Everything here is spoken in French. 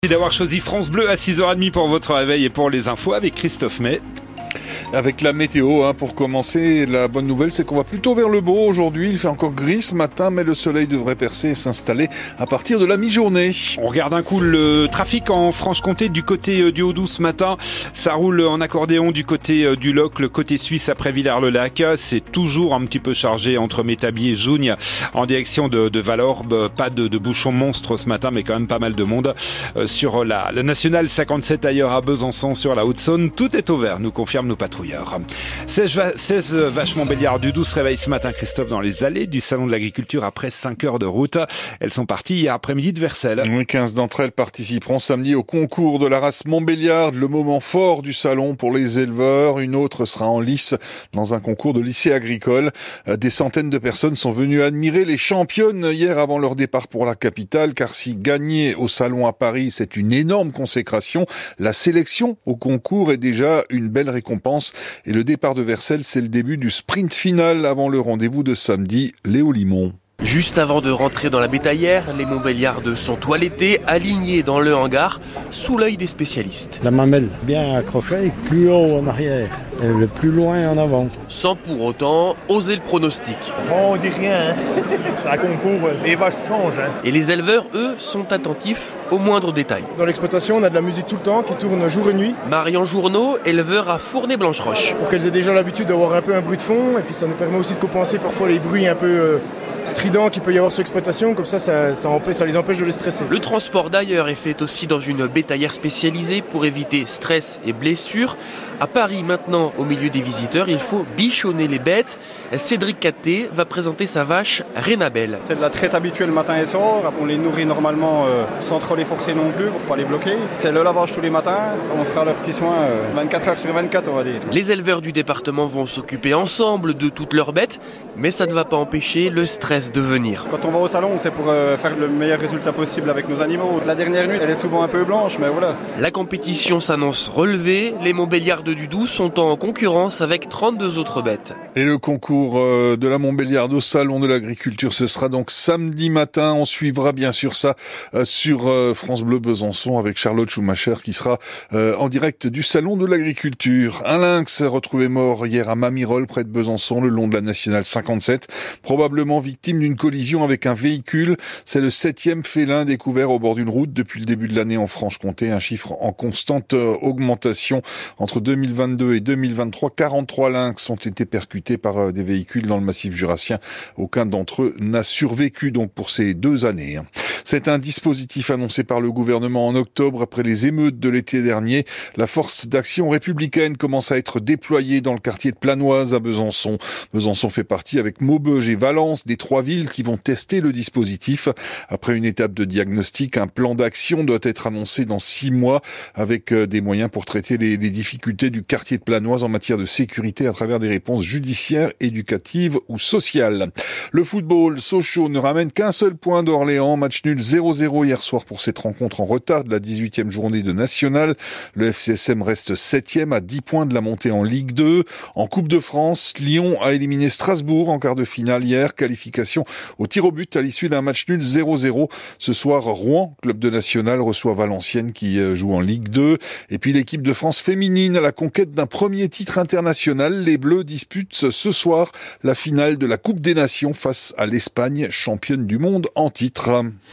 Merci d'avoir choisi France Bleu à 6h30 pour votre réveil et pour les infos avec Christophe May. Avec la météo, pour commencer, la bonne nouvelle, c'est qu'on va plutôt vers le beau aujourd'hui. Il fait encore gris ce matin, mais le soleil devrait percer et s'installer à partir de la mi-journée. On regarde un coup le trafic en Franche-Comté du côté du Haut-Doubs ce matin. Ça roule en accordéon du côté du Loc, le côté suisse après Villars-le-Lac. C'est toujours un petit peu chargé entre Métabier et Jougne en direction de Valorbe. Pas de bouchons monstres ce matin, mais quand même pas mal de monde. Sur la nationale 57 ailleurs à Besançon, sur la Haute-Saône, tout est au vert, nous confirment nos patrouilleurs. 16 vaches Montbéliard du Doubs se réveillent ce matin, Christophe, dans les allées du Salon de l'Agriculture après 5 heures de route. Elles sont parties hier après-midi de Vercelles. 15 d'entre elles participeront samedi au concours de la race Montbéliard, le moment fort du salon pour les éleveurs. Une autre sera en lice dans un concours de lycée agricole. Des centaines de personnes sont venues admirer les championnes hier avant leur départ pour la capitale, car si gagner au salon à Paris, c'est une énorme consécration, la sélection au concours est déjà une belle récompense. Et le départ de Vercelles, c'est le début du sprint final avant le rendez-vous de samedi, Léo Limon. Juste avant de rentrer dans la bétaillère, les Montbéliardes sont toilettées, alignées dans le hangar, sous l'œil des spécialistes. La mamelle bien accrochée, plus haut en arrière, et le plus loin en avant. Sans pour autant oser le pronostic. On dit rien, c'est un concours, les vaches changent. Et les éleveurs, eux, sont attentifs aux moindres détails. Dans l'exploitation, on a de la musique tout le temps qui tourne jour et nuit. Marion Journeau, éleveur à Fournay-Blanche-Roche. Pour qu'elles aient déjà l'habitude d'avoir un peu un bruit de fond, et puis ça nous permet aussi de compenser parfois les bruits un peu stridents qu'il peut y avoir sur l'exploitation, comme ça les empêche de les stresser. Le transport d'ailleurs est fait aussi dans une bétaillère spécialisée pour éviter stress et blessures. À Paris maintenant, au milieu des visiteurs, il faut bichonner les bêtes. Cédric Catté va présenter sa vache Rénabelle. C'est de la traite habituelle matin et soir. On les nourrit normalement sans trop les forcer non plus pour pas les bloquer. C'est le lavage tous les matins. On sera à leurs petits soins 24 heures sur 24, on va dire. Les éleveurs du département vont s'occuper ensemble de toutes leurs bêtes, mais ça ne va pas empêcher le stress de venir. Quand on va au salon, c'est pour faire le meilleur résultat possible avec nos animaux. La dernière nuit, elle est souvent un peu blanche, mais voilà. La compétition s'annonce relevée. Les Montbéliardes du Doubs sont en concurrence avec 32 autres bêtes. Et le concours de la Montbéliarde au Salon de l'Agriculture, ce sera donc samedi matin. On suivra bien sûr ça sur France Bleu Besançon avec Charlotte Schumacher qui sera en direct du Salon de l'Agriculture. Un lynx retrouvé mort hier à Mamirol, près de Besançon, le long de la nationale 57, probablement victime d'une collision avec un véhicule. C'est le 7e félin découvert au bord d'une route depuis le début de l'année en Franche-Comté, un chiffre en constante augmentation. Entre 2022 et 2023, 43 lynx ont été percutés par des véhicules dans le massif jurassien. Aucun d'entre eux n'a survécu donc pour ces 2 années. C'est un dispositif annoncé par le gouvernement en octobre après les émeutes de l'été dernier. La force d'action républicaine commence à être déployée dans le quartier de Planoise à Besançon. Besançon fait partie avec Maubeuge et Valence des 3 villes qui vont tester le dispositif. Après une étape de diagnostic, un plan d'action doit être annoncé dans 6 mois avec des moyens pour traiter les difficultés du quartier de Planoise en matière de sécurité à travers des réponses judiciaires, éducatives ou sociales. Le football, Sochaux ne ramène qu'un seul point d'Orléans. Match nul 0-0 hier soir pour cette rencontre en retard de la 18e journée de National. Le FCSM reste 7e à 10 points de la montée en Ligue 2. En Coupe de France, Lyon a éliminé Strasbourg en quart de finale hier. Qualification au tir au but à l'issue d'un match nul 0-0. Ce soir, Rouen, club de National, reçoit Valenciennes qui joue en Ligue 2. Et puis l'équipe de France féminine à la conquête d'un premier titre international. Les Bleus disputent ce soir la finale de la Coupe des Nations face à l'Espagne, championne du monde en titre.